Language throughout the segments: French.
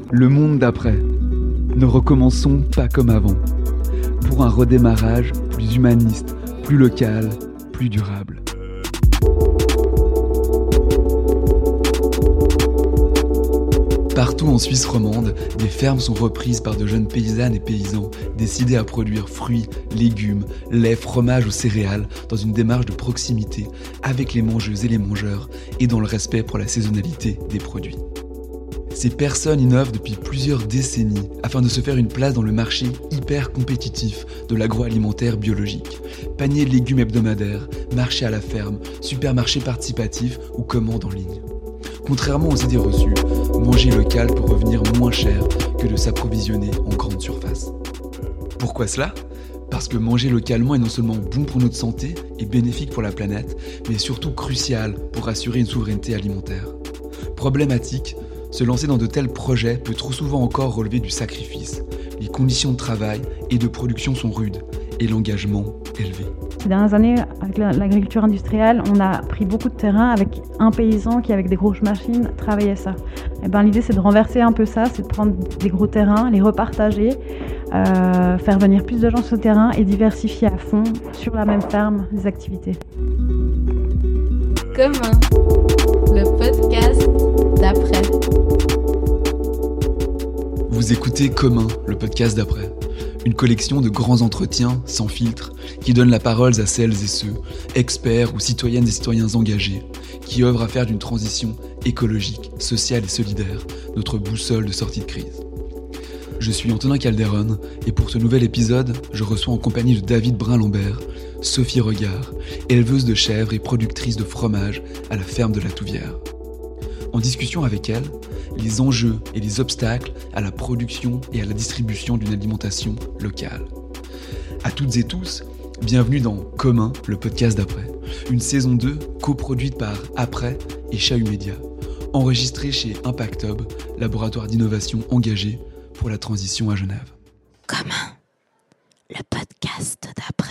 Le monde d'après. Ne recommençons pas comme avant. Pour un redémarrage plus humaniste, plus local, plus durable. Partout en Suisse romande, des fermes sont reprises par de jeunes paysannes et paysans décidés à produire fruits, légumes, lait, fromage ou céréales dans une démarche de proximité avec les mangeuses et les mangeurs et dans le respect pour la saisonnalité des produits. Ces personnes innovent depuis plusieurs décennies afin de se faire une place dans le marché hyper compétitif de l'agroalimentaire biologique. Panier de légumes hebdomadaires, marché à la ferme, supermarché participatif ou commande en ligne. Contrairement aux idées reçues, manger local peut revenir moins cher que de s'approvisionner en grande surface. Pourquoi cela ? Parce que manger localement est non seulement bon pour notre santé et bénéfique pour la planète, mais surtout crucial pour assurer une souveraineté alimentaire. Problématique, se lancer dans de tels projets peut trop souvent encore relever du sacrifice. Les conditions de travail et de production sont rudes et l'engagement élevé. Ces dernières années, avec l'agriculture industrielle, on a pris beaucoup de terrain avec un paysan qui, avec des grosses machines, travaillait ça. Et l'idée, c'est de renverser un peu ça, c'est de prendre des gros terrains, les repartager, faire venir plus de gens sur le terrain et diversifier à fond sur la même ferme des activités. Commun, le podcast d'après. Vous écoutez Commun, le podcast d'après. Une collection de grands entretiens, sans filtre, qui donnent la parole à celles et ceux, experts ou citoyennes et citoyens engagés, qui œuvrent à faire d'une transition écologique, sociale et solidaire notre boussole de sortie de crise. Je suis Antonin Calderon et pour ce nouvel épisode, je reçois en compagnie de David Brun-Lambert, Sophie Regard, éleveuse de chèvres et productrice de fromage à la ferme de la Touvière. En discussion avec elle, les enjeux et les obstacles à la production et à la distribution d'une alimentation locale. À toutes et tous, bienvenue dans Commun, le podcast d'après. Une saison 2 coproduite par Après et Chahut Média, enregistrée chez Impact Hub, laboratoire d'innovation engagé pour la transition à Genève. Commun, le podcast d'après.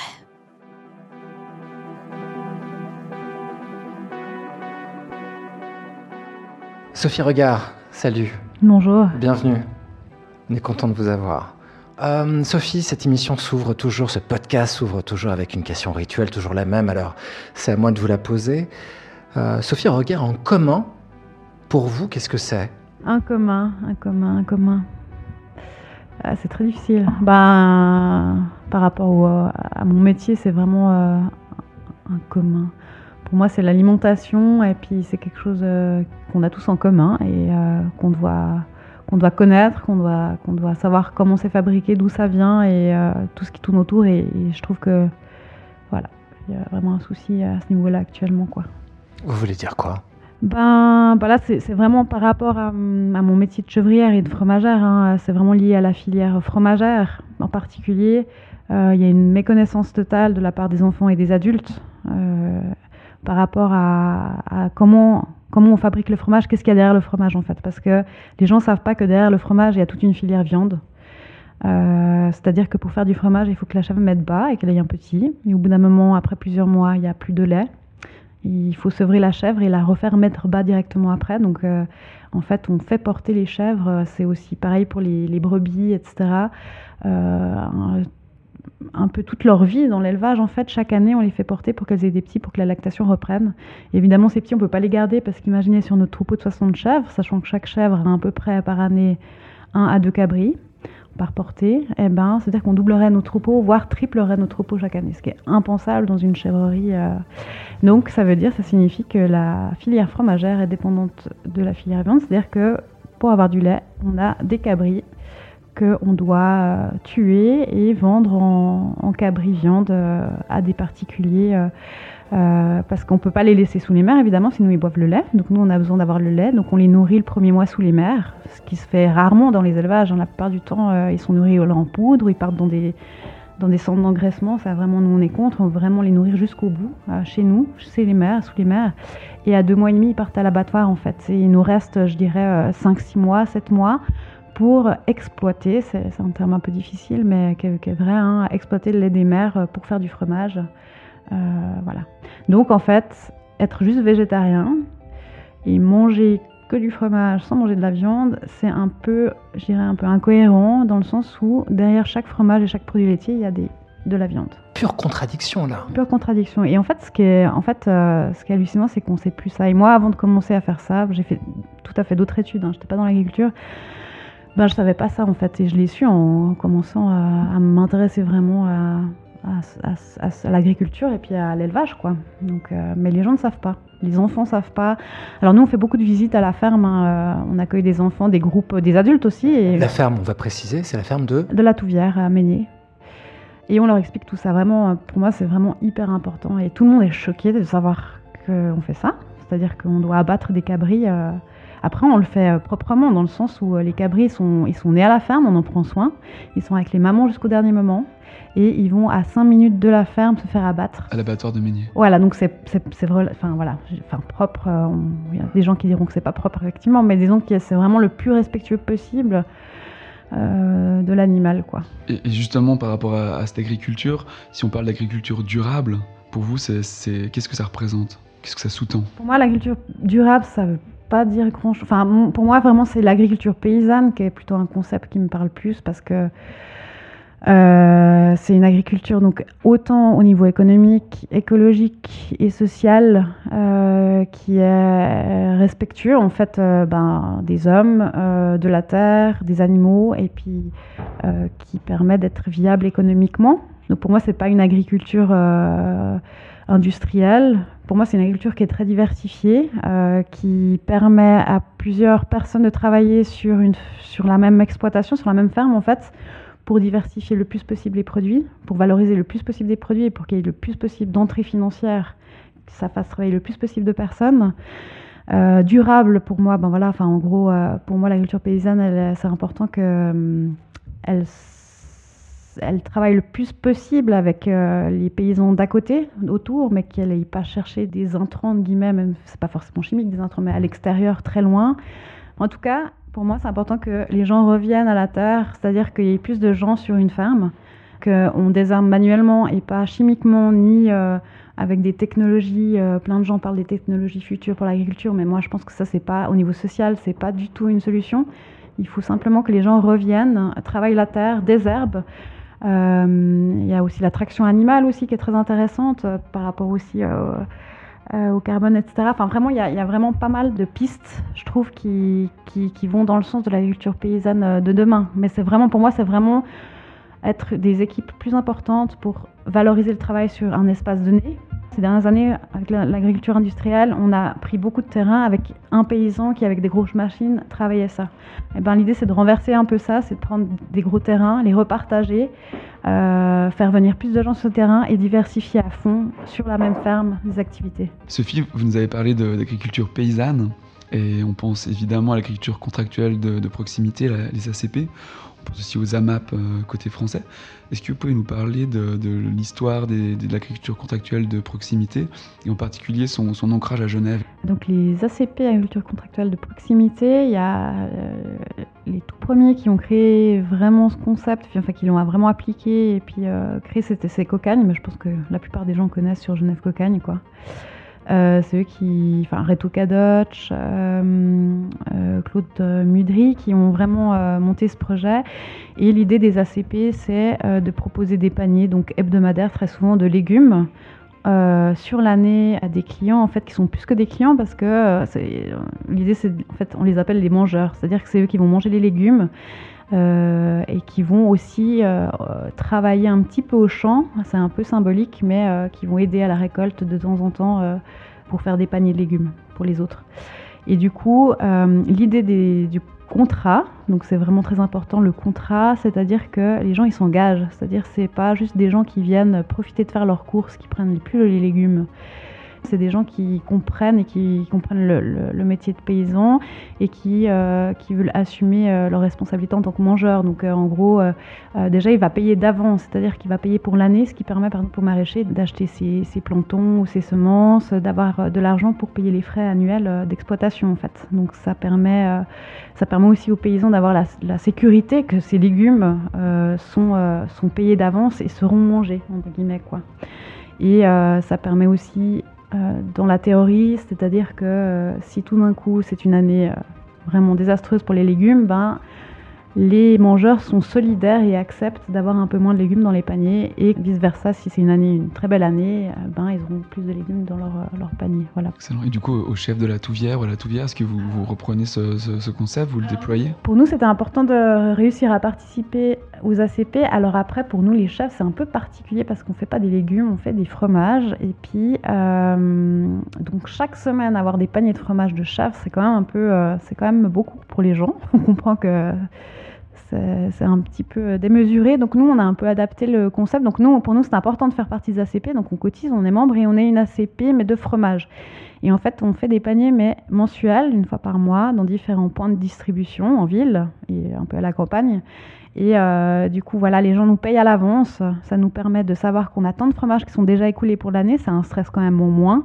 Sophie Regard, salut. Bonjour. Bienvenue. On est content de vous avoir. Sophie, cette émission s'ouvre toujours, ce podcast s'ouvre toujours avec une question rituelle, toujours la même, alors c'est à moi de vous la poser. Sophie Regard, en commun, pour vous, qu'est-ce que c'est ? Un commun. C'est très difficile. Par rapport à mon métier, c'est vraiment un commun. Pour moi, c'est l'alimentation et puis c'est quelque chose qu'on a tous en commun et qu'on doit connaître, qu'on doit savoir comment c'est fabriqué, d'où ça vient et tout ce qui tourne autour. Et je trouve que voilà, il y a vraiment un souci à ce niveau-là actuellement, quoi. Vous voulez dire quoi ? Là, c'est vraiment par rapport à mon métier de chevrière et de fromagère. Hein. C'est vraiment lié à la filière fromagère en particulier. Il y a une méconnaissance totale de la part des enfants et des adultes par rapport à comment on fabrique le fromage, qu'est-ce qu'il y a derrière le fromage en fait. Parce que les gens ne savent pas que derrière le fromage, il y a toute une filière viande. C'est-à-dire que pour faire du fromage, il faut que la chèvre mette bas et qu'elle ait un petit. Et au bout d'un moment, après plusieurs mois, il n'y a plus de lait. Il faut sevrer la chèvre et la refaire mettre bas directement après. Donc, en fait, on fait porter les chèvres. C'est aussi pareil pour les brebis, etc. Un peu toute leur vie dans l'élevage, en fait, chaque année, on les fait porter pour qu'elles aient des petits, pour que la lactation reprenne. Et évidemment, ces petits, on ne peut pas les garder parce qu'imaginez sur notre troupeau de 60 chèvres, sachant que chaque chèvre a à peu près par année 1 à 2 cabris par portée, c'est-à-dire qu'on doublerait nos troupeaux, voire triplerait nos troupeaux chaque année, ce qui est impensable dans une chèvrerie. Donc, ça signifie que la filière fromagère est dépendante de la filière viande, c'est-à-dire que pour avoir du lait, on a des cabris qu'on doit tuer et vendre en cabri viande à des particuliers parce qu'on ne peut pas les laisser sous les mers, évidemment, sinon ils boivent le lait. Donc nous, on a besoin d'avoir le lait. Donc on les nourrit le premier mois sous les mers, ce qui se fait rarement dans les élevages. La plupart du temps, ils sont nourris en poudre, ou ils partent dans des centres d'engraissement. Ça, vraiment, nous, on est contre. On veut vraiment les nourrir jusqu'au bout, chez nous, sous les mers. Et à 2 mois et demi, ils partent à l'abattoir, en fait. Et il nous reste, je dirais, 5-6 mois, 7 mois pour exploiter, c'est un terme un peu difficile, mais qui est vrai, hein, exploiter le lait des mers pour faire du fromage. Voilà. Donc, en fait, être juste végétarien et manger que du fromage sans manger de la viande, c'est un peu, je dirais, un peu incohérent dans le sens où derrière chaque fromage et chaque produit laitier, il y a de la viande. Pure contradiction là. Pure contradiction. Et en fait, ce qui est hallucinant, c'est qu'on ne sait plus ça. Et moi, avant de commencer à faire ça, j'ai fait tout à fait d'autres études. Je n'étais pas dans l'agriculture. Je ne savais pas ça en fait. Et je l'ai su en commençant à m'intéresser vraiment à l'agriculture et puis à l'élevage, quoi. Donc, mais les gens ne savent pas. Les enfants ne savent pas. Alors nous, on fait beaucoup de visites à la ferme. On accueille des enfants, des groupes, des adultes aussi. Et la ferme, on va préciser, c'est la ferme de la Touvière à Meigné. Et on leur explique tout ça. Vraiment, pour moi, c'est vraiment hyper important. Et tout le monde est choqué de savoir qu'on fait ça. C'est-à-dire qu'on doit abattre des cabris. Après, on le fait proprement, dans le sens où les cabris, ils sont nés à la ferme, on en prend soin. Ils sont avec les mamans jusqu'au dernier moment. Et ils vont à 5 minutes de la ferme se faire abattre. À l'abattoir de Meigné. Voilà, donc c'est vrai, propre. Il y a des gens qui diront que c'est pas propre, effectivement, mais disons que c'est vraiment le plus respectueux possible de l'animal, quoi. Et justement, par rapport à cette agriculture, si on parle d'agriculture durable, pour vous, qu'est-ce que ça représente? Qu'est-ce que ça sous-tend? Pour moi, l'agriculture durable, ça veut pas dire grand-chose. Enfin, pour moi, vraiment, c'est l'agriculture paysanne qui est plutôt un concept qui me parle plus, parce que c'est une agriculture donc autant au niveau économique, écologique et social qui est respectueux en fait des hommes, de la terre, des animaux et puis qui permet d'être viable économiquement. Donc pour moi c'est pas une agriculture industrielle. Pour moi c'est une agriculture qui est très diversifiée, qui permet à plusieurs personnes de travailler sur la même exploitation, sur la même ferme en fait, pour diversifier le plus possible les produits, pour valoriser le plus possible des produits et pour qu'il y ait le plus possible d'entrées financières, que ça fasse travailler le plus possible de personnes. Durable, pour moi, en gros, pour moi, l'agriculture paysanne, c'est important qu'elle travaille le plus possible avec les paysans d'à côté, autour, mais qu'elle n'aille pas chercher des intrants, de guillemets, même c'est pas forcément chimique, des intrants, mais à l'extérieur, très loin. En tout cas, pour moi, c'est important que les gens reviennent à la terre, c'est-à-dire qu'il y ait plus de gens sur une ferme, qu'on désarme manuellement et pas chimiquement, ni avec des technologies. Plein de gens parlent des technologies futures pour l'agriculture, mais moi, je pense que ça, c'est pas, au niveau social, c'est pas du tout une solution. Il faut simplement que les gens reviennent, travaillent la terre, désherbent. Il y a aussi la traction animale aussi qui est très intéressante par rapport aussi au carbone, etc. Enfin, vraiment, il y a vraiment pas mal de pistes, je trouve, qui vont dans le sens de l'agriculture paysanne de demain. Mais c'est vraiment, pour moi, c'est vraiment être des équipes plus importantes pour valoriser le travail sur un espace donné. Ces dernières années, avec l'agriculture industrielle, on a pris beaucoup de terrain avec un paysan qui, avec des grosses machines, travaillait ça. Et l'idée, c'est de renverser un peu ça, c'est de prendre des gros terrains, les repartager, faire venir plus de gens sur le terrain et diversifier à fond sur la même ferme les activités. Sophie, vous nous avez parlé d'agriculture paysanne et on pense évidemment à l'agriculture contractuelle de proximité, les ACP. On pense aussi aux AMAP côté français. Est-ce que vous pouvez nous parler de l'histoire de l'agriculture contractuelle de proximité et en particulier son ancrage à Genève? Donc les ACP, agriculture contractuelle de proximité, il y a les tout premiers qui ont créé vraiment ce concept, enfin qui l'ont vraiment appliqué et puis créé, c'est Cocagne, mais je pense que la plupart des gens connaissent sur Genève Cocagne, quoi. C'est eux Reto Kadoch, Claude Mudry qui ont vraiment monté ce projet. Et l'idée des ACP, c'est de proposer des paniers donc hebdomadaires, très souvent de légumes, sur l'année à des clients en fait qui sont plus que des clients parce que l'idée c'est en fait on les appelle les mangeurs, c'est-à-dire que c'est eux qui vont manger les légumes. Et qui vont aussi travailler un petit peu au champ, c'est un peu symbolique, mais qui vont aider à la récolte de temps en temps pour faire des paniers de légumes pour les autres. Et du coup, l'idée du contrat, donc c'est vraiment très important le contrat, c'est-à-dire que les gens ils s'engagent, c'est-à-dire c'est pas juste des gens qui viennent profiter de faire leurs courses, qui prennent plus les légumes. C'est des gens qui comprennent le métier de paysan et qui veulent assumer leurs responsabilités en tant que mangeurs. Donc en gros, déjà il va payer d'avance, c'est-à-dire qu'il va payer pour l'année, ce qui permet par exemple au maraîcher d'acheter ses plantons ou ses semences, d'avoir de l'argent pour payer les frais annuels d'exploitation en fait. Donc ça permet aussi aux paysans d'avoir la sécurité que ces légumes sont payés d'avance et seront mangés entre guillemets, quoi. Et ça permet aussi dans la théorie, c'est-à-dire que si tout d'un coup c'est une année vraiment désastreuse pour les légumes, les mangeurs sont solidaires et acceptent d'avoir un peu moins de légumes dans les paniers, et vice-versa, si c'est une très belle année, ils auront plus de légumes dans leur panier. Voilà. Excellent. Et du coup, au chef de la Touvière, est-ce que vous reprenez ce concept, vous le déployez ? Pour nous, c'était important de réussir à participer aux ACP. Alors après, pour nous, les chefs, c'est un peu particulier parce qu'on ne fait pas des légumes, on fait des fromages. Et puis, donc chaque semaine, avoir des paniers de fromage de chef, c'est quand même beaucoup pour les gens. On comprend que c'est un petit peu démesuré. Donc nous, on a un peu adapté le concept. Donc pour nous, c'est important de faire partie des ACP. Donc on cotise, on est membre et on est une ACP, mais de fromage. Et en fait, on fait des paniers, mais mensuels, une fois par mois, dans différents points de distribution en ville et un peu à la campagne. Et du coup, voilà, les gens nous payent à l'avance. Ça nous permet de savoir qu'on a tant de fromages qui sont déjà écoulés pour l'année. C'est un stress quand même au moins.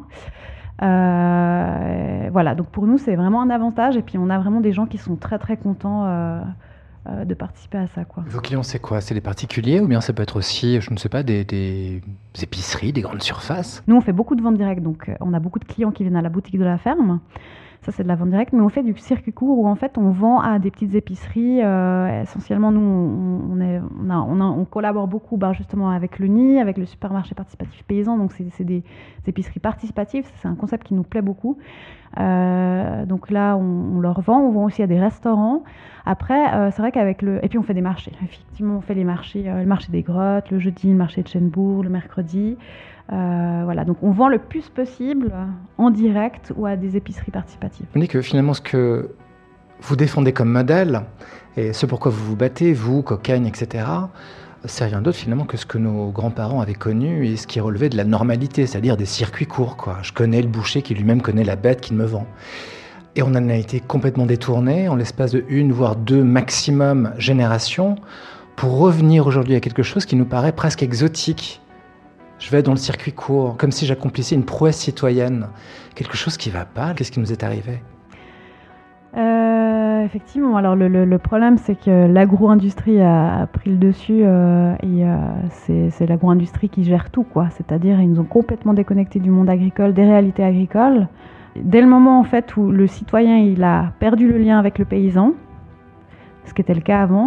Voilà, donc pour nous, c'est vraiment un avantage. Et puis, on a vraiment des gens qui sont très, très contents de participer à ça, quoi. Vos clients, c'est quoi ? C'est des particuliers ou bien ça peut être aussi, je ne sais pas, des épiceries, des grandes surfaces ? Nous, on fait beaucoup de ventes directes, donc on a beaucoup de clients qui viennent à la boutique de la ferme. Ça, c'est de la vente directe, mais on fait du circuit court où en fait on vend à des petites épiceries. Essentiellement, nous, on collabore beaucoup justement avec le NI, avec le supermarché participatif paysan. Donc, c'est des épiceries participatives. C'est un concept qui nous plaît beaucoup. Donc là, on leur vend. On vend aussi à des restaurants. Après, c'est vrai qu'avec et puis on fait des marchés. Effectivement, on fait les marchés, le marché des grottes, le jeudi, le marché de Chenbourg, le mercredi. Voilà, donc on vend le plus possible en direct ou à des épiceries participatives. On dit que finalement, ce que vous défendez comme modèle, et ce pourquoi vous vous battez, vous, Cocagne, etc., c'est rien d'autre finalement que ce que nos grands-parents avaient connu et ce qui relevait de la normalité, c'est-à-dire des circuits courts, quoi. Je connais le boucher qui lui-même connaît la bête qu'il me vend. Et on en a été complètement détourné en l'espace de 1 voire 2 maximum générations pour revenir aujourd'hui à quelque chose qui nous paraît presque exotique. Je vais dans le circuit court, comme si j'accomplissais une prouesse citoyenne. Quelque chose qui ne va pas. Qu'est-ce qui nous est arrivé ? Effectivement, alors le problème, c'est que l'agro-industrie a pris le dessus et c'est l'agro-industrie qui gère tout, quoi. C'est-à-dire, ils nous ont complètement déconnectés du monde agricole, des réalités agricoles. Dès le moment, en fait, où le citoyen il a perdu le lien avec le paysan, ce qui était le cas avant,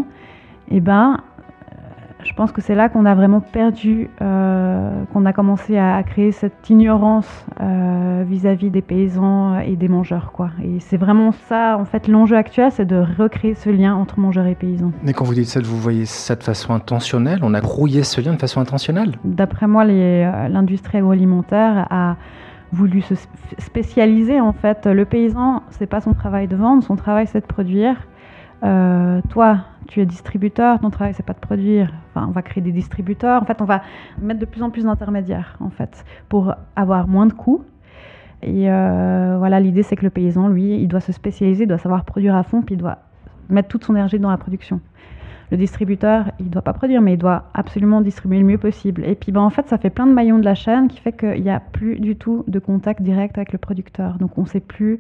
je pense que c'est là qu'on a vraiment perdu, qu'on a commencé à créer cette ignorance vis-à-vis des paysans et des mangeurs, quoi. Et c'est vraiment ça, en fait, l'enjeu actuel, c'est de recréer ce lien entre mangeurs et paysans. Mais quand vous dites ça, vous voyez ça de façon intentionnelle ? On a brouillé ce lien de façon intentionnelle ? D'après moi, l'industrie agroalimentaire a voulu se spécialiser, en fait. Le paysan, c'est pas son travail de vendre, son travail, c'est de produire. Toi, tu es distributeur, ton travail c'est pas de produire. Enfin, on va créer des distributeurs. En fait, on va mettre de plus en plus d'intermédiaires, en fait, pour avoir moins de coûts. Et voilà, l'idée c'est que le paysan, lui, il doit se spécialiser, il doit savoir produire à fond, puis il doit mettre toute son énergie dans la production. Le distributeur, il doit pas produire, mais il doit absolument distribuer le mieux possible. Et puis, en fait, ça fait plein de maillons de la chaîne qui fait qu'il n'y a plus du tout de contact direct avec le producteur. Donc, on sait plus.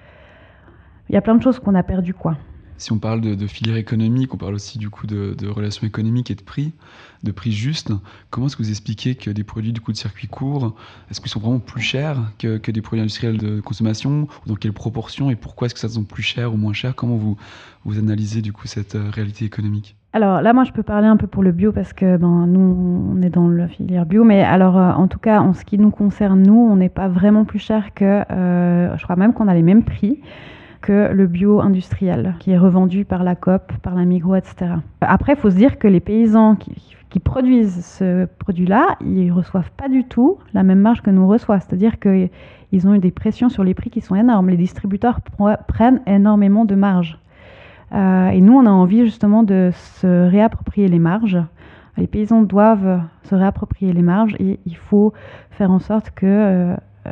Il y a plein de choses qu'on a perdues, quoi. Si on parle de filière économique, on parle aussi du coup de relations économiques et de prix justes. Comment est-ce que vous expliquez que des produits du coup de circuit court, est-ce qu'ils sont vraiment plus chers que des produits industriels de consommation ? Ou dans quelle proportion ? Et pourquoi est-ce que ça sont plus chers ou moins chers ? Comment vous analysez du coup cette réalité économique ? Alors là, moi, je peux parler un peu pour le bio parce que nous, on est dans la filière bio. Mais alors, en tout cas, en ce qui nous concerne, nous, on n'est pas vraiment plus cher que... je crois même qu'on a les mêmes prix que le bio industriel, qui est revendu par la Coop, par la Migros, etc. Après, il faut se dire que les paysans qui produisent ce produit-là, ils ne reçoivent pas du tout la même marge que nous reçoivent. C'est-à-dire qu'ils ont eu des pressions sur les prix qui sont énormes. Les distributeurs prennent énormément de marge. Et nous, on a envie justement de se réapproprier les marges. Les paysans doivent se réapproprier les marges et il faut faire en sorte que...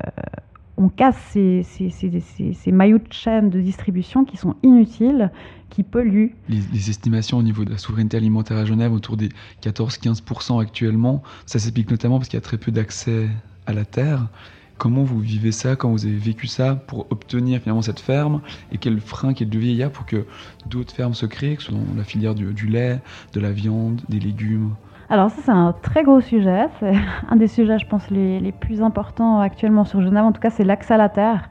on casse ces maillots de chaîne de distribution qui sont inutiles, qui polluent. Les estimations au niveau de la souveraineté alimentaire à Genève, autour des 14-15% actuellement, ça s'explique notamment parce qu'il y a très peu d'accès à la terre. Comment vous vivez ça, quand vous avez vécu ça pour obtenir finalement cette ferme, et quel frein, quel levier il y a pour que d'autres fermes se créent, que ce soit dans la filière du lait, de la viande, des légumes ? Alors ça, c'est un très gros sujet. C'est un des sujets, je pense, les plus importants actuellement sur Genève. En tout cas, c'est l'accès à la terre.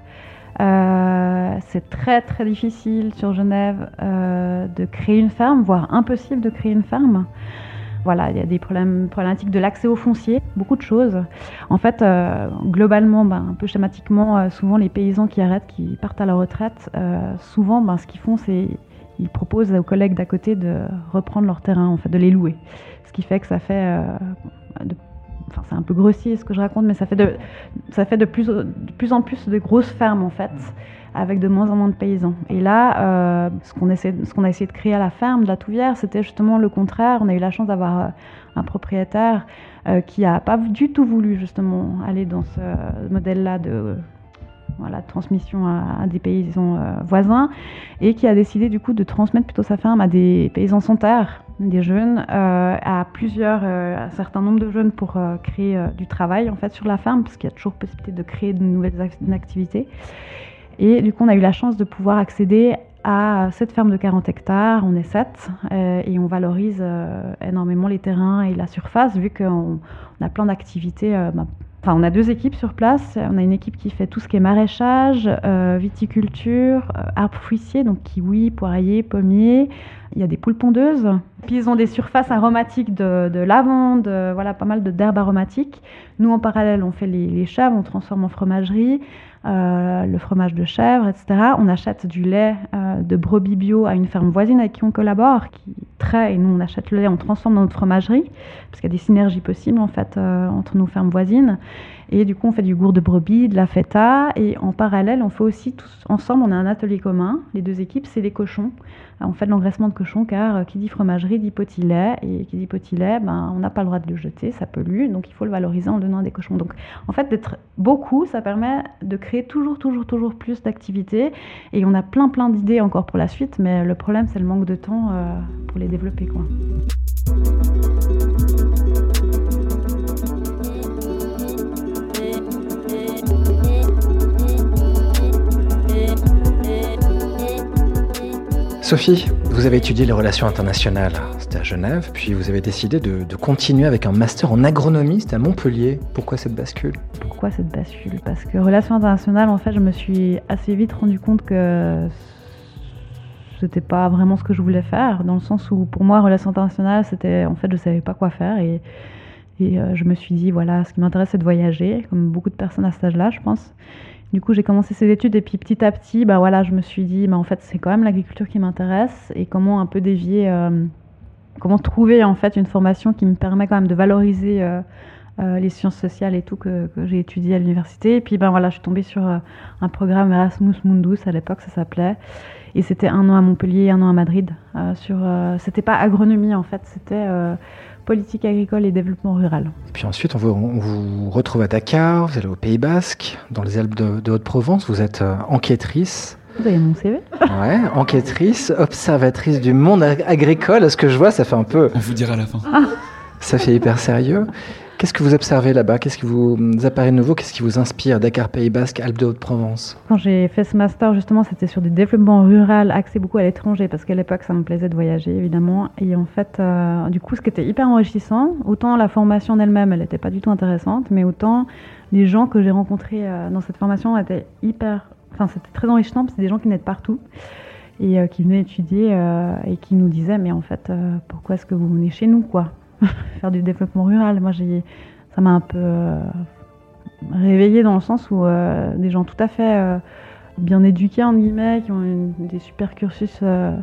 C'est très très difficile sur Genève de créer une ferme, voire impossible de créer une ferme. Voilà, il y a des problématiques de l'accès au foncier, beaucoup de choses. En fait, globalement, un peu schématiquement, souvent les paysans qui partent à la retraite, souvent, ce qu'ils font, c'est ils proposent aux collègues d'à côté de reprendre leur terrain, en fait, de les louer. Ce qui fait que ça fait c'est un peu grossier ce que je raconte, mais ça fait de plus en plus de grosses fermes en fait, avec de moins en moins de paysans. Et là, ce qu'on a essayé de créer à la ferme de la Touvière, c'était justement le contraire. On a eu la chance d'avoir un propriétaire qui n'a pas du tout voulu justement aller dans ce modèle-là de transmission à des paysans voisins, et qui a décidé du coup de transmettre plutôt sa ferme à des paysans sans terre, des jeunes, un certain nombre de jeunes pour créer du travail en fait sur la ferme, parce qu'il y a toujours possibilité de créer de nouvelles activités. Et du coup, on a eu la chance de pouvoir accéder à cette ferme de 40 hectares. On est 7 et on valorise énormément les terrains et la surface, vu qu'on a plein d'activités. On a 2 équipes sur place. On a une équipe qui fait tout ce qui est maraîchage, viticulture, arbres fruitiers, donc kiwis, poiriers, pommiers. Il y a des poules pondeuses. Puis ils ont des surfaces aromatiques de lavande, pas mal d'herbes aromatiques. Nous, en parallèle, on fait les chèvres, on transforme en fromagerie, le fromage de chèvre, etc. On achète du lait de brebis bio à une ferme voisine avec qui on collabore, qui traite, et nous, on achète le lait, on transforme dans notre fromagerie, parce qu'il y a des synergies possibles, en fait, entre nos fermes voisines. Et du coup, on fait du gourde de brebis, de la feta, et en parallèle, on fait aussi tous ensemble, on a un atelier commun, les 2 équipes, c'est les cochons. On fait de l'engraissement de cochons, car qui dit fromagerie dit petit lait, et qui dit petit lait, on n'a pas le droit de le jeter, ça pollue, donc il faut le valoriser en le donnant à des cochons. Donc en fait, d'être beaucoup, ça permet de créer toujours plus d'activités, et on a plein d'idées encore pour la suite, mais le problème, c'est le manque de temps pour les développer, quoi. Sophie, vous avez étudié les relations internationales, c'était à Genève, puis vous avez décidé de continuer avec un master en agronomie, c'était à Montpellier. Pourquoi cette bascule ? Pourquoi cette bascule ? Parce que relations internationales, en fait, je me suis assez vite rendu compte que c'était pas vraiment ce que je voulais faire, dans le sens où pour moi, relations internationales, c'était, en fait, je savais pas quoi faire, et je me suis dit, ce qui m'intéresse, c'est de voyager, comme beaucoup de personnes à cet âge-là, je pense. Du coup, j'ai commencé ces études, et puis petit à petit, je me suis dit, en fait, c'est quand même l'agriculture qui m'intéresse, et comment un peu dévier, comment trouver en fait une formation qui me permet quand même de valoriser les sciences sociales et tout que j'ai étudié à l'université. Et puis je suis tombée sur un programme Erasmus Mundus, à l'époque ça s'appelait, et c'était 1 an à Montpellier, 1 an à Madrid. C'était pas agronomie en fait, c'était politique agricole et développement rural. Et puis ensuite, on vous retrouve à Dakar, vous allez au Pays Basque, dans les Alpes de Haute-Provence, vous êtes enquêtrice. Vous avez mon CV ? Ouais, enquêtrice, observatrice du monde agricole. À ce que je vois, ça fait un peu... On vous dira à la fin. Ça fait hyper sérieux. Qu'est-ce que vous observez là-bas ? Qu'est-ce qui vous apparaît de nouveau ? Qu'est-ce qui vous inspire ? Dakar, Pays Basque, Alpes de Haute-Provence. Quand j'ai fait ce master, justement, c'était sur du développement rural axé beaucoup à l'étranger, parce qu'à l'époque, ça me plaisait de voyager, évidemment. Et en fait, du coup, ce qui était hyper enrichissant, autant la formation en elle-même, elle n'était pas du tout intéressante, mais autant les gens que j'ai rencontrés dans cette formation étaient c'était très enrichissant, parce que c'est des gens qui venaient de partout, et qui venaient étudier, et qui nous disaient, mais en fait, pourquoi est-ce que vous venez chez nous, quoi ? Faire du développement rural. Moi, ça m'a un peu réveillée, dans le sens où des gens tout à fait bien éduqués, en guillemets, qui ont des super cursus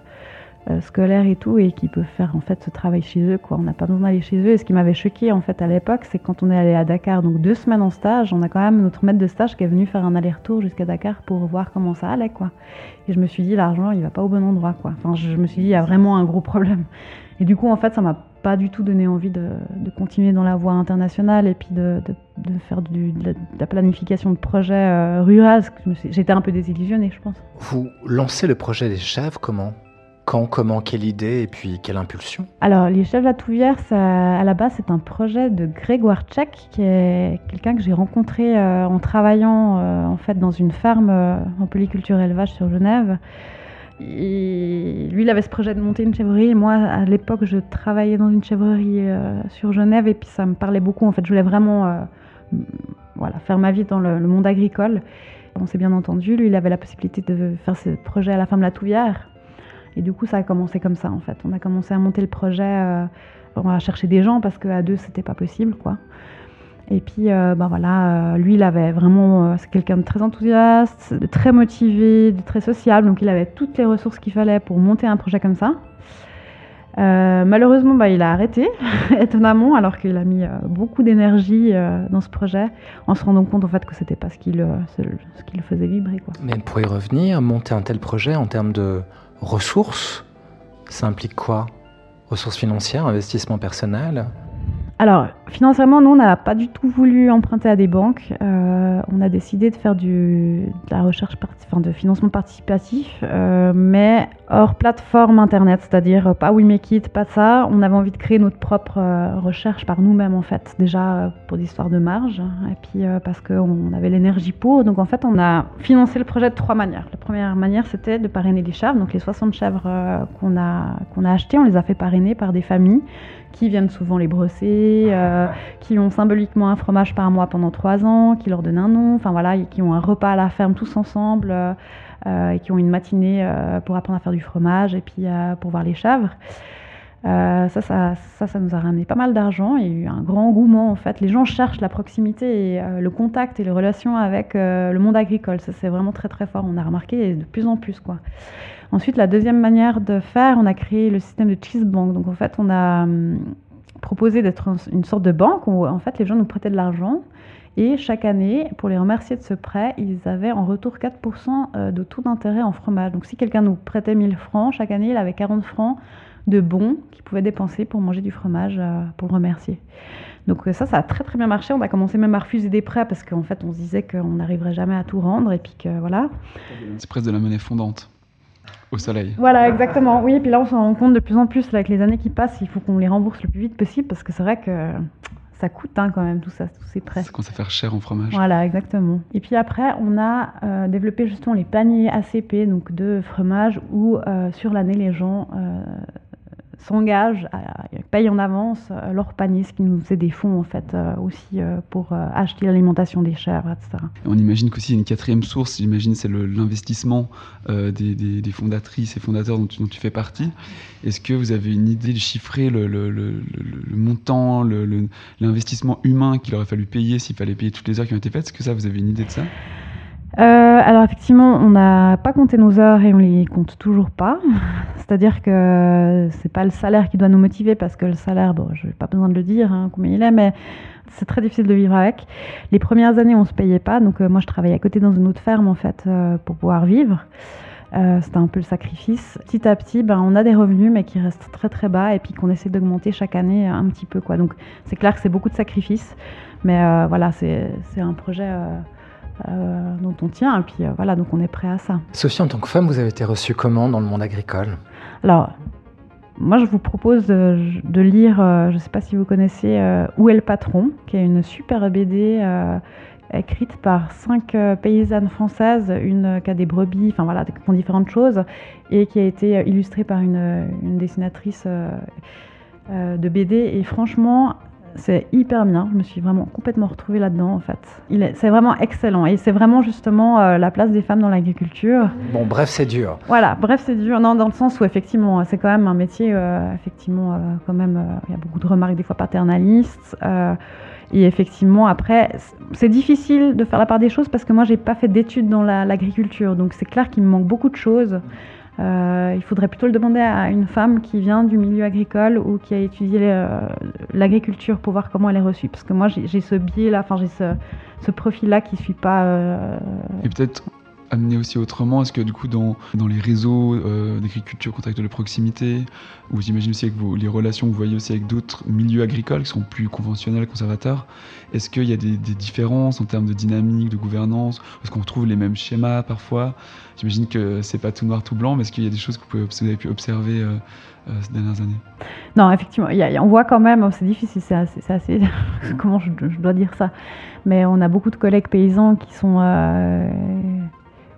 scolaires et tout, et qui peuvent faire en fait ce travail chez eux, quoi. On n'a pas besoin d'aller chez eux. Et ce qui m'avait choqué en fait à l'époque, c'est quand on est allé à Dakar, donc 2 semaines en stage, on a quand même notre maître de stage qui est venu faire un aller-retour jusqu'à Dakar pour voir comment ça allait, quoi. Et je me suis dit, l'argent, il va pas au bon endroit, quoi. Enfin, je me suis dit, il y a vraiment un gros problème. Et du coup, en fait, ça m'a pas du tout donné envie de continuer dans la voie internationale, et puis de faire de la planification de projets rural. J'étais un peu désillusionnée, je pense. Vous lancez le projet des chèvres comment ? Quand, comment, quelle idée et puis quelle impulsion ? Alors, les chèvres de la Touvière, à la base, c'est un projet de Grégoire Tchèque, qui est quelqu'un que j'ai rencontré en travaillant en fait dans une ferme en polyculture élevage sur Genève. Et lui, il avait ce projet de monter une chèvrerie. Et moi, à l'époque, je travaillais dans une chèvrerie sur Genève et puis ça me parlait beaucoup. En fait, je voulais vraiment faire ma vie dans le monde agricole. On s'est bien entendu. Lui, il avait la possibilité de faire ce projet à la ferme La Touvière. Et du coup, ça a commencé comme ça, en fait. On a commencé à monter le projet. On a cherché des gens parce qu'à deux, c'était pas possible, quoi. Et puis, lui, il avait vraiment... c'est quelqu'un de très enthousiaste, de très motivé, de très sociable. Donc, il avait toutes les ressources qu'il fallait pour monter un projet comme ça. Malheureusement, il a arrêté, étonnamment, alors qu'il a mis beaucoup d'énergie dans ce projet, en se rendant compte, en fait, que c'était pas ce qui le faisait vibrer, quoi. Mais pour y revenir, monter un tel projet en termes de ressources, ça implique quoi ? Ressources financières, investissement personnel ? Alors, financièrement, nous, on n'a pas du tout voulu emprunter à des banques. On a décidé de faire de la recherche, de financement participatif, mais hors plateforme Internet, c'est-à-dire pas We Make It, pas ça. On avait envie de créer notre propre recherche par nous-mêmes, en fait. Déjà, pour des histoires de marge, et puis parce qu'on avait l'énergie pour. Donc, en fait, on a financé le projet de 3 manières. La première manière, c'était de parrainer les chèvres. Donc, les 60 chèvres qu'on a achetées, on les a fait parrainer par des familles qui viennent souvent les brosser, qui ont symboliquement un fromage par mois pendant 3 ans, qui leur donnent un nom, et qui ont un repas à la ferme tous ensemble, et qui ont une matinée pour apprendre à faire du fromage et puis pour voir les chèvres. Ça nous a ramené pas mal d'argent. Il y a eu un grand engouement, en fait. Les gens cherchent la proximité et le contact et les relations avec le monde agricole. Ça, c'est vraiment très très fort. On a remarqué et de plus en plus, quoi. Ensuite, la deuxième manière de faire, on a créé le système de Cheese Bank. Donc, en fait, on a proposé d'être une sorte de banque où, en fait, les gens nous prêtaient de l'argent. Et chaque année, pour les remercier de ce prêt, ils avaient en retour 4% de taux d'intérêt en fromage. Donc, si quelqu'un nous prêtait 1000 francs, chaque année, il avait 40 francs de bons qu'il pouvait dépenser pour manger du fromage pour le remercier. Donc ça a très très bien marché. On a commencé même à refuser des prêts parce qu'en fait, on se disait qu'on n'arriverait jamais à tout rendre et puis que voilà. C'est presque de la monnaie fondante. Au soleil. Voilà, exactement. Oui, et puis là, on s'en rend compte de plus en plus, là, avec les années qui passent, il faut qu'on les rembourse le plus vite possible parce que c'est vrai que ça coûte quand même tout ça, tous ces prêts. Ça commence à faire cher en fromage. Voilà, exactement. Et puis après, on a développé justement les paniers ACP, donc de fromage, où sur l'année, les gens s'engagent, payent en avance leur panier, ce qui nous faisait des fonds en fait aussi pour acheter l'alimentation des chèvres, etc. On imagine qu'aussi une quatrième source, j'imagine, c'est l'investissement des fondatrices et fondateurs dont tu fais partie. Est-ce que vous avez une idée de chiffrer le montant, l'investissement humain qu'il aurait fallu payer s'il fallait payer toutes les heures qui ont été faites ? Est-ce que ça, vous avez une idée de ça ? Alors effectivement, on n'a pas compté nos heures et on les compte toujours pas. C'est-à-dire que c'est pas le salaire qui doit nous motiver parce que le salaire, je n'ai pas besoin de le dire combien il est, mais c'est très difficile de vivre avec. Les premières années, on se payait pas, donc moi je travaillais à côté dans une autre ferme en fait pour pouvoir vivre. C'était un peu le sacrifice. Petit à petit, on a des revenus mais qui restent très très bas et puis qu'on essaie d'augmenter chaque année un petit peu, quoi. Donc c'est clair que c'est beaucoup de sacrifices, mais voilà, c'est un projet dont on tient, et puis donc on est prêt à ça. Sophie, en tant que femme, vous avez été reçue comment dans le monde agricole ? Alors, moi je vous propose de lire, je ne sais pas si vous connaissez Où est le patron, qui est une super BD écrite par 5 paysannes françaises, une qui a des brebis, qui font différentes choses, et qui a été illustrée par une dessinatrice de BD, et franchement, c'est hyper bien. Je me suis vraiment complètement retrouvée là-dedans, en fait. C'est vraiment excellent. Et c'est vraiment, justement, la place des femmes dans l'agriculture. Bon, bref, c'est dur. Voilà, bref, c'est dur. Non, dans le sens où, effectivement, c'est quand même un métier, quand même, il y a beaucoup de remarques, des fois paternalistes. Et effectivement, après, c'est difficile de faire la part des choses parce que moi, j'ai pas fait d'études dans l'agriculture. Donc, c'est clair qu'il me manque beaucoup de choses. Il faudrait plutôt le demander à une femme qui vient du milieu agricole ou qui a étudié l'agriculture pour voir comment elle est reçue. Parce que moi, j'ai ce biais-là, j'ai ce profil-là qui ne suit pas... Et peut-être amener aussi autrement, est-ce que du coup dans les réseaux d'agriculture, contact de proximité, ou j'imagine aussi avec les relations que vous voyez aussi avec d'autres milieux agricoles qui sont plus conventionnels, conservateurs, est-ce qu'il y a des différences en termes de dynamique, de gouvernance ? Est-ce qu'on retrouve les mêmes schémas parfois ? J'imagine que c'est pas tout noir, tout blanc, mais est-ce qu'il y a des choses que vous avez pu observer ces dernières années ? Non, effectivement, on voit quand même, c'est difficile, c'est assez comment je dois dire ça, mais on a beaucoup de collègues paysans qui sont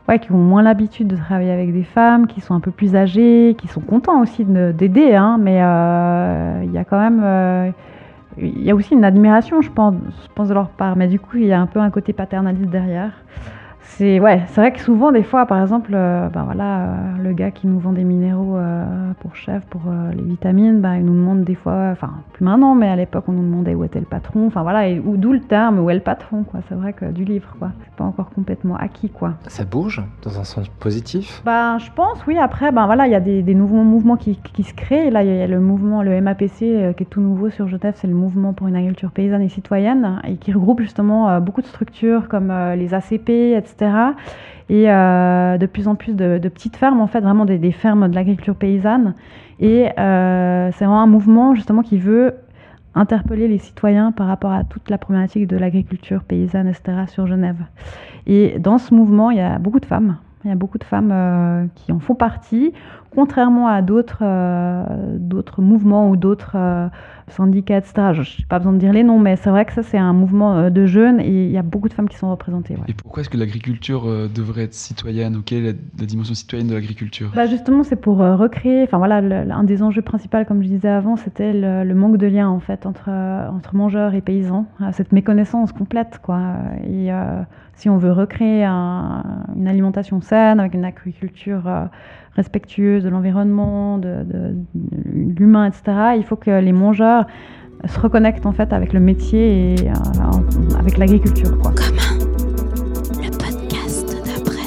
qui ont moins l'habitude de travailler avec des femmes, qui sont un peu plus âgées, qui sont contents aussi d'aider, hein, mais il y a quand même... il y a aussi une admiration, je pense de leur part, mais du coup, il y a un peu un côté paternaliste derrière. C'est vrai que souvent, des fois, par exemple, le gars qui nous vend des minéraux pour chef, pour les vitamines, il nous demande des fois, enfin, plus maintenant, mais à l'époque, on nous demandait où était le patron, enfin voilà, et d'où le terme, où est le patron, quoi. C'est vrai que du livre, quoi. C'est pas encore complètement acquis, quoi. Ça bouge dans un sens positif? Je pense, oui. Après, il y a des nouveaux mouvements qui se créent. Là, il y a le mouvement, le MAPC, qui est tout nouveau sur Genève, c'est le mouvement pour une agriculture paysanne et citoyenne, et qui regroupe justement beaucoup de structures comme les ACP, etc. Et de plus en plus de petites fermes, en fait, vraiment des fermes de l'agriculture paysanne. Et c'est vraiment un mouvement, justement, qui veut interpeller les citoyens par rapport à toute la problématique de l'agriculture paysanne, etc., sur Genève. Et dans ce mouvement, il y a beaucoup de femmes. Il y a beaucoup de femmes qui en font partie, contrairement à d'autres mouvements ou d'autres syndicats, etc. Je n'ai pas besoin de dire les noms, mais c'est vrai que ça, c'est un mouvement de jeunes et il y a beaucoup de femmes qui sont représentées. Ouais. Et pourquoi est-ce que l'agriculture devrait être citoyenne? Quelle est la dimension citoyenne de l'agriculture? Justement, c'est pour recréer, un des enjeux principaux, comme je disais avant, c'était le manque de lien en fait, entre mangeurs et paysans, cette méconnaissance complète, quoi. Et si on veut recréer une alimentation saine, avec une agriculture respectueuse de l'environnement, de l'humain, etc., il faut que les mangeurs se reconnectent en fait avec le métier et avec l'agriculture, quoi. Commun, le podcast d'après.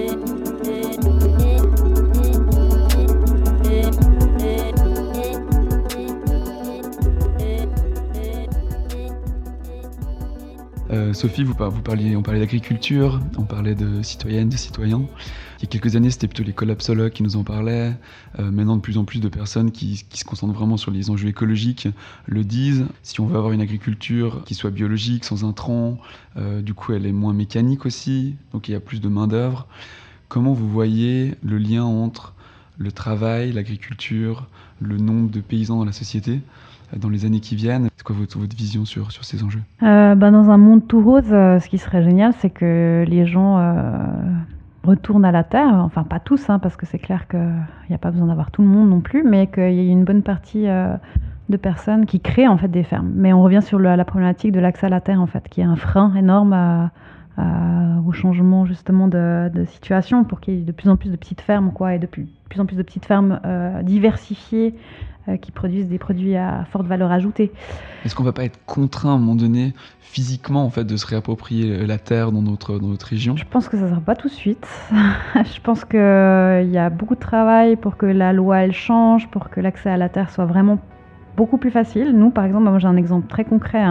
Sophie, on parlait d'agriculture, on parlait de citoyennes, de citoyens. Il y a quelques années, c'était plutôt les collapsologues qui nous en parlaient. Maintenant, de plus en plus de personnes qui se concentrent vraiment sur les enjeux écologiques le disent. Si on veut avoir une agriculture qui soit biologique, sans intrants, du coup, elle est moins mécanique aussi, donc il y a plus de main-d'œuvre. Comment vous voyez le lien entre le travail, l'agriculture, le nombre de paysans dans la société dans les années qui viennent? C'est quoi votre vision sur ces enjeux? Dans un monde tout rose, ce qui serait génial, c'est que les gens retournent à la terre. Enfin, pas tous, hein, parce que c'est clair qu'il n'y a pas besoin d'avoir tout le monde non plus, mais qu'il y ait une bonne partie de personnes qui créent en fait des fermes. Mais on revient sur la problématique de l'accès à la terre, en fait, qui est un frein énorme au changement justement de situation, pour qu'il y ait de plus en plus de petites fermes, quoi, et de plus en plus de petites fermes diversifiées qui produisent des produits à forte valeur ajoutée. Est-ce qu'on ne va pas être contraint à un moment donné, physiquement, en fait, de se réapproprier la terre dans notre région? Je pense que ça ne sera pas tout de suite. Je pense qu'il y a beaucoup de travail pour que la loi elle change, pour que l'accès à la terre soit vraiment beaucoup plus facile. Nous, par exemple, moi j'ai un exemple très concret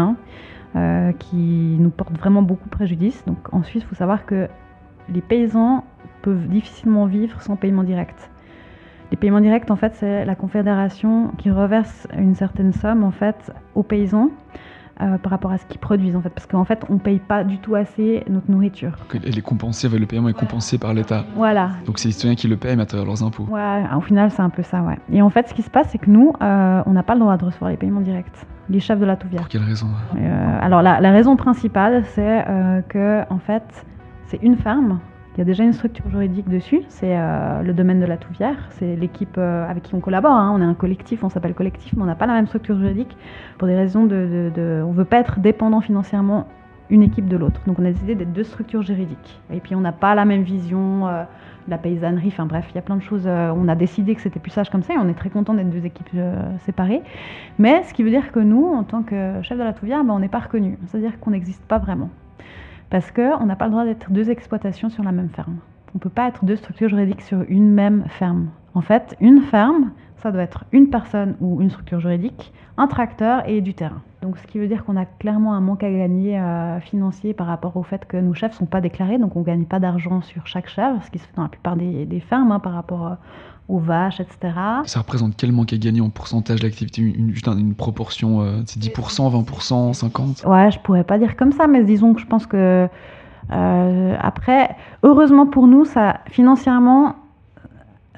qui nous porte vraiment beaucoup préjudice. Donc, en Suisse, il faut savoir que les paysans peuvent difficilement vivre sans paiement direct. Les paiements directs, en fait, c'est la confédération qui reverse une certaine somme, en fait, aux paysans par rapport à ce qu'ils produisent, en fait. Parce qu'en fait, on ne paye pas du tout assez notre nourriture. Elle est compensée, le paiement est compensé par l'État. Voilà. Donc c'est les citoyens qui le payent, mais à travers leurs impôts. Ouais, au final, c'est un peu ça, ouais. Et en fait, ce qui se passe, c'est que nous, on n'a pas le droit de recevoir les paiements directs. Les chefs de la Touvière. Pour quelle raison? Alors, la raison principale, c'est que, en fait, c'est une ferme. Il y a déjà une structure juridique dessus, c'est le domaine de la Touvière, c'est l'équipe avec qui on collabore, hein. On est un collectif, on s'appelle collectif, mais on n'a pas la même structure juridique pour des raisons on ne veut pas être dépendant financièrement une équipe de l'autre. Donc on a décidé d'être deux structures juridiques. Et puis on n'a pas la même vision de la paysannerie, enfin bref, il y a plein de choses. On a décidé que c'était plus sage comme ça et on est très content d'être deux équipes séparées. Mais ce qui veut dire que nous, en tant que chef de la Touvière, on n'est pas reconnus, c'est-à-dire qu'on n'existe pas vraiment. Parce qu'on n'a pas le droit d'être deux exploitations sur la même ferme. On ne peut pas être deux structures juridiques sur une même ferme. En fait, une ferme, ça doit être une personne ou une structure juridique, un tracteur et du terrain. Donc, ce qui veut dire qu'on a clairement un manque à gagner financier par rapport au fait que nos chefs ne sont pas déclarés, donc on ne gagne pas d'argent sur chaque chèvre, ce qui se fait dans la plupart des fermes par rapport aux vaches, etc. Ça représente quel manque à gagner en pourcentage d'activité? Une proportion, c'est 10%, 20%, 50%? Ouais, je pourrais pas dire comme ça, mais disons que je pense que après, heureusement pour nous, ça, financièrement,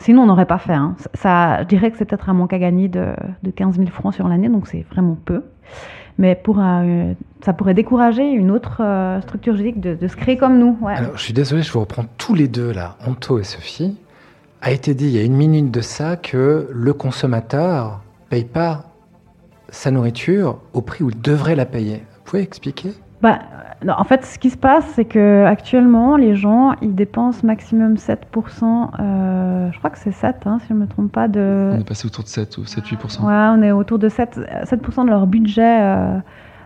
Sinon, on n'aurait pas fait. Hein. Ça, je dirais que c'est peut-être un manque à gagner de 15 000 francs sur l'année, donc c'est vraiment peu. Mais ça pourrait décourager une autre structure juridique de se créer comme nous. Ouais. Alors, je suis désolé, je vous reprends tous les deux là, Anto et Sophie. A été dit il y a 1 minute de ça que le consommateur ne paye pas sa nourriture au prix où il devrait la payer. Vous pouvez expliquer ? Non, en fait, ce qui se passe, c'est qu'actuellement, les gens, ils dépensent maximum 7%, je crois que c'est 7, si je ne me trompe pas. On est passé autour de 7 ou 7-8%. Ouais, on est autour de 7% de leur budget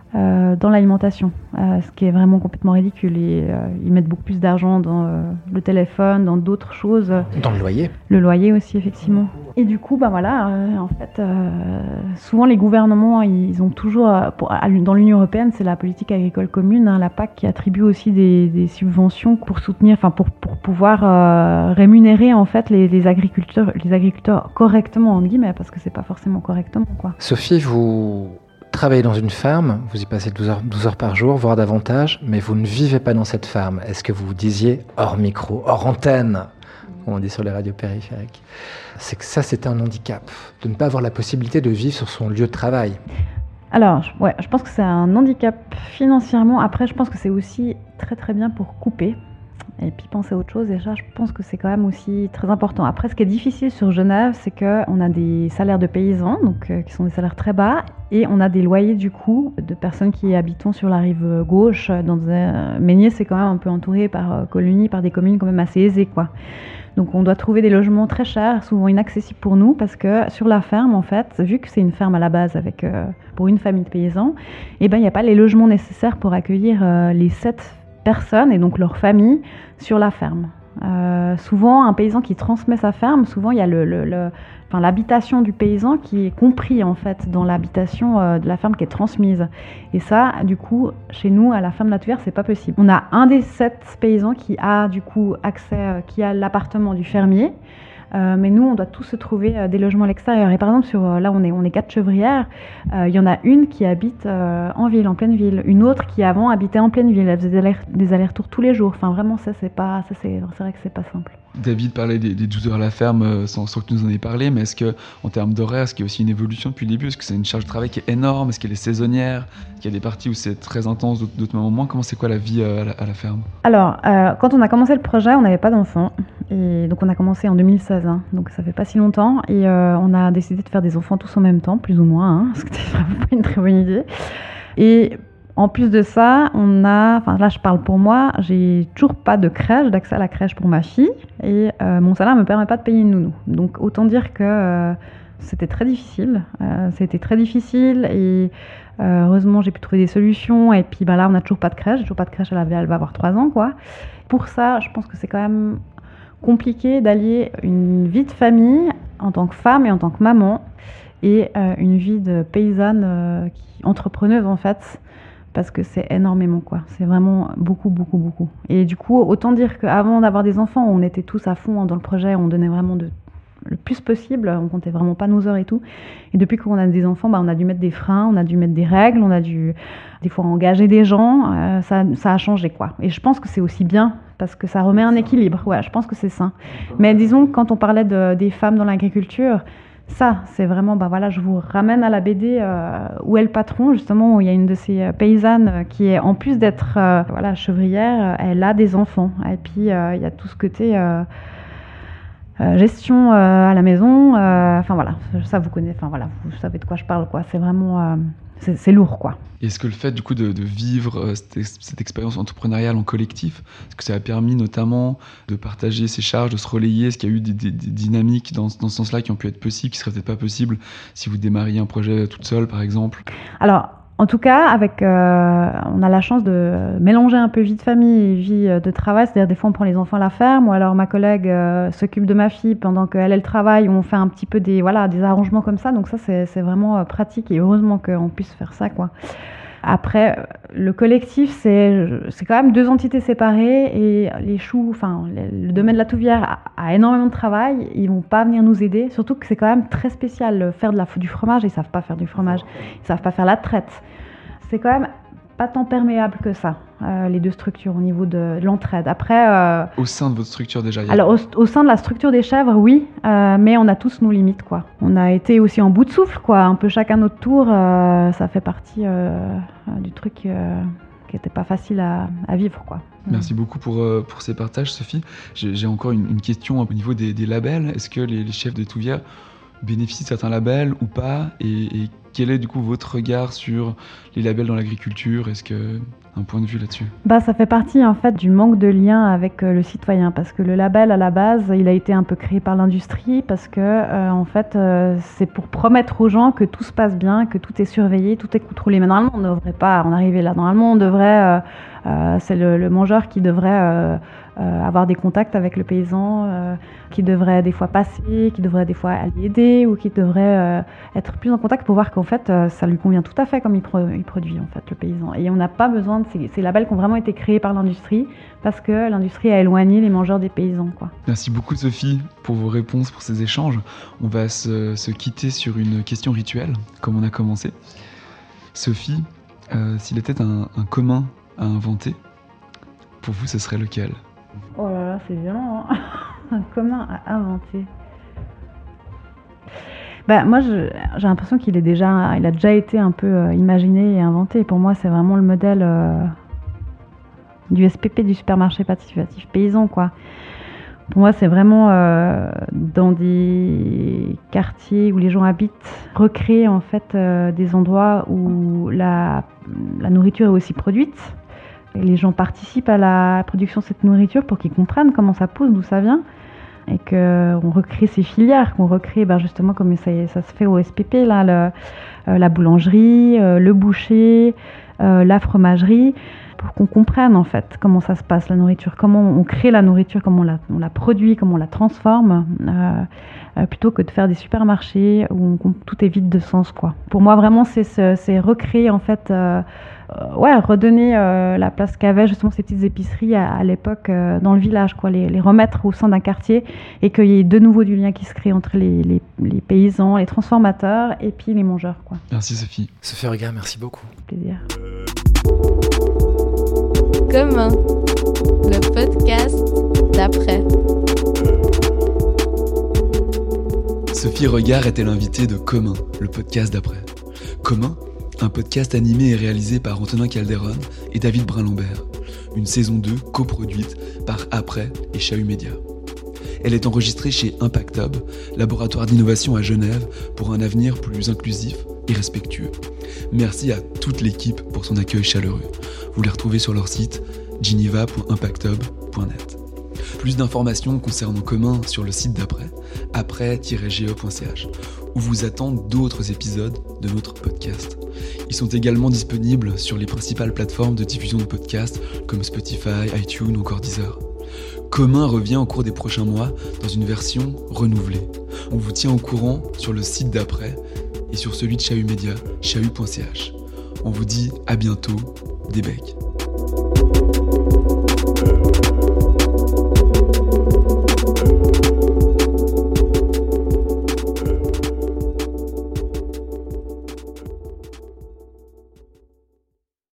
dans l'alimentation, ce qui est vraiment complètement ridicule. Ils mettent beaucoup plus d'argent dans le téléphone, dans d'autres choses. Dans le loyer. Le loyer aussi, effectivement. Et du coup, en fait, souvent les gouvernements, ils ont toujours, dans l'Union européenne, c'est la politique agricole commune, la PAC, qui attribue aussi des subventions pour soutenir, pour pouvoir rémunérer en fait les agriculteurs correctement, entre guillemets, parce que c'est pas forcément correctement, quoi. Sophie, vous travaillez dans une ferme, vous y passez 12 heures par jour, voire davantage, mais vous ne vivez pas dans cette ferme. Est-ce que vous vous disiez hors micro, hors antenne, comme on dit sur les radios périphériques, c'est que ça, c'était un handicap, de ne pas avoir la possibilité de vivre sur son lieu de travail? Alors, je pense que c'est un handicap financièrement. Après, je pense que c'est aussi très très bien pour couper et puis penser à autre chose. Et ça, je pense que c'est quand même aussi très important. Après, ce qui est difficile sur Genève, c'est qu'on a des salaires de paysans, donc qui sont des salaires très bas, et on a des loyers du coup de personnes qui habitent sur la rive gauche. Meignier, c'est quand même un peu entouré par colonies, par des communes quand même assez aisées, quoi. Donc on doit trouver des logements très chers, souvent inaccessibles pour nous, parce que sur la ferme, en fait, vu que c'est une ferme à la base pour une famille de paysans, il n'y a pas les logements nécessaires pour accueillir les 7 personnes et donc leur famille sur la ferme. Souvent, un paysan qui transmet sa ferme, souvent il y a l'habitation du paysan qui est compris en fait dans l'habitation de la ferme qui est transmise. Et ça, du coup, chez nous, à la ferme Latouvière, c'est pas possible. On a un des 7 paysans qui a du coup accès, qui a l'appartement du fermier. Mais nous, on doit tous se trouver des logements à l'extérieur. Et par exemple, là, on est 4 chevrières. Il y en a une qui habite en ville, en pleine ville. Une autre qui avant habitait en pleine ville. Elle faisait des allers-retours tous les jours. Enfin, vraiment, c'est vrai que c'est pas simple. David parlait des 12 heures à la ferme sans que tu nous en aies parlé, mais est-ce qu'en termes d'horaire, est-ce qu'il y a aussi une évolution depuis le début? Est-ce que c'est une charge de travail qui est énorme? Est-ce qu'elle est saisonnière? Est-ce qu'il y a des parties où c'est très intense, d'autres moments moins? Comment c'est quoi la vie à la ferme? Alors, quand on a commencé le projet, on n'avait pas d'enfants. Et donc on a commencé en 2016, donc ça fait pas si longtemps. Et on a décidé de faire des enfants tous en même temps, plus ou moins, parce que c'était vraiment pas une très bonne idée. Et en plus de ça, là je parle pour moi, j'ai toujours pas d'accès à la crèche pour ma fille, et mon salaire me permet pas de payer une nounou. Donc autant dire que c'était très difficile. Et heureusement j'ai pu trouver des solutions. Et puis là on n'a toujours pas de crèche. Elle va avoir 3 ans, quoi. Pour ça, je pense que c'est quand même compliqué d'allier une vie de famille en tant que femme et en tant que maman et une vie de paysanne entrepreneuse en fait. Parce que c'est énormément, quoi. C'est vraiment beaucoup, beaucoup, beaucoup. Et du coup, autant dire qu'avant d'avoir des enfants, on était tous à fond dans le projet, on donnait vraiment le plus possible, on comptait vraiment pas nos heures et tout. Et depuis qu'on a des enfants, on a dû mettre des freins, on a dû mettre des règles, on a dû des fois engager des gens, ça a changé, quoi. Et je pense que c'est aussi bien, parce que ça remet un équilibre. Ouais, je pense que c'est sain. Mais disons, quand on parlait des femmes dans l'agriculture, ça, c'est vraiment, je vous ramène à la BD Où est le patron, justement, où il y a une de ces paysannes qui est, en plus d'être chevrière, elle a des enfants. Et puis, il y a tout ce côté gestion à la maison. Ça, vous connaissez, vous savez de quoi je parle, quoi. C'est vraiment... c'est lourd, quoi. Et est-ce que le fait du coup de vivre cette expérience entrepreneuriale en collectif, est-ce que ça a permis notamment de partager ses charges, de se relayer? Est-ce qu'il y a eu des dynamiques dans ce sens-là qui ont pu être possibles, qui seraient peut-être pas possibles si vous démarriez un projet toute seule, par exemple? Alors, en tout cas, on a la chance de mélanger un peu vie de famille et vie de travail. C'est-à-dire, des fois, on prend les enfants à la ferme, ou alors ma collègue s'occupe de ma fille pendant qu'elle travaille, ou on fait un petit peu des arrangements comme ça. Donc ça, c'est vraiment pratique, et heureusement qu'on puisse faire ça, quoi. Après, le collectif, c'est quand même 2 entités séparées, et le domaine de la Touvière a énormément de travail. Ils vont pas venir nous aider, surtout que c'est quand même très spécial. Faire du fromage, ils savent pas faire du fromage, ils savent pas faire la traite. C'est quand même pas tant perméables que ça, les deux structures au niveau de l'entraide. Après, Au sein de votre structure déjà, alors au sein de la structure des chèvres, oui, mais on a tous nos limites, quoi. On a été aussi en bout de souffle, quoi, un peu chacun notre tour. Ça fait partie du truc qui n'était pas facile à vivre, quoi. Merci beaucoup pour ces partages, Sophie. J'ai encore une question au niveau des labels. Est-ce que les chefs de Touvière bénéficient de certains labels ou pas, et quel est du coup votre regard sur les labels dans l'agriculture? Est-ce que un point de vue là-dessus? Ça fait partie en fait du manque de lien avec le citoyen, parce que le label à la base, il a été un peu créé par l'industrie, parce que en fait c'est pour promettre aux gens que tout se passe bien, que tout est surveillé, tout est contrôlé. Mais normalement on ne devrait pas en arriver là. Normalement on devrait, c'est le mangeur qui devrait avoir des contacts avec le paysan, qui devrait des fois passer, qui devrait des fois aller aider, ou qui devrait être plus en contact pour voir qu'en fait ça lui convient tout à fait comme il produit en fait le paysan. Et on n'a pas besoin de ces labels qui ont vraiment été créés par l'industrie, parce que l'industrie a éloigné les mangeurs des paysans, quoi. Merci beaucoup Sophie pour vos réponses, pour ces échanges. On va se quitter sur une question rituelle, comme on a commencé. Sophie, s'il était un commun à inventer, pour vous ce serait lequel? Oh là là, c'est violent, hein. Un commun à inventer. Moi, j'ai l'impression il a déjà été un peu imaginé et inventé. Pour moi, c'est vraiment le modèle du SPP, du supermarché participatif paysan, quoi. Pour moi, c'est vraiment dans des quartiers où les gens habitent, recréer en fait des endroits où la nourriture est aussi produite. Et les gens participent à la production de cette nourriture pour qu'ils comprennent comment ça pousse, d'où ça vient, et qu'on recrée ces filières, qu'on recrée justement comme ça se fait au SPP, là, la boulangerie, le boucher, la fromagerie, pour qu'on comprenne en fait comment ça se passe, la nourriture, comment on crée la nourriture, comment on la produit, comment on la transforme, plutôt que de faire des supermarchés où tout est vide de sens, quoi. Pour moi, vraiment, c'est recréer en fait... redonner la place qu'avaient justement ces petites épiceries à l'époque dans le village, quoi, les remettre au sein d'un quartier, et qu'il y ait de nouveau du lien qui se crée entre les paysans, les transformateurs et puis les mangeurs, quoi. Merci Sophie. Sophie Regard, merci beaucoup. Plaisir. Commun, le podcast d'après. Sophie Regard était l'invitée de Commun, le podcast d'après. Commun, un podcast animé et réalisé par Antonin Calderon et David Brun-Lambert. Une saison 2 coproduite par Après et Chahut Média. Elle est enregistrée chez Impact Hub, laboratoire d'innovation à Genève, pour un avenir plus inclusif et respectueux. Merci à toute l'équipe pour son accueil chaleureux. Vous les retrouvez sur leur site geneva.impacthub.net. Plus d'informations concernant Commun sur le site d'après, après-ge.ch, où vous attendent d'autres épisodes de notre podcast. Ils sont également disponibles sur les principales plateformes de diffusion de podcasts comme Spotify, iTunes ou encore Deezer. Commun revient au cours des prochains mois dans une version renouvelée. On vous tient au courant sur le site d'après et sur celui de Chahut Média, chahut.ch. On vous dit à bientôt, des becs.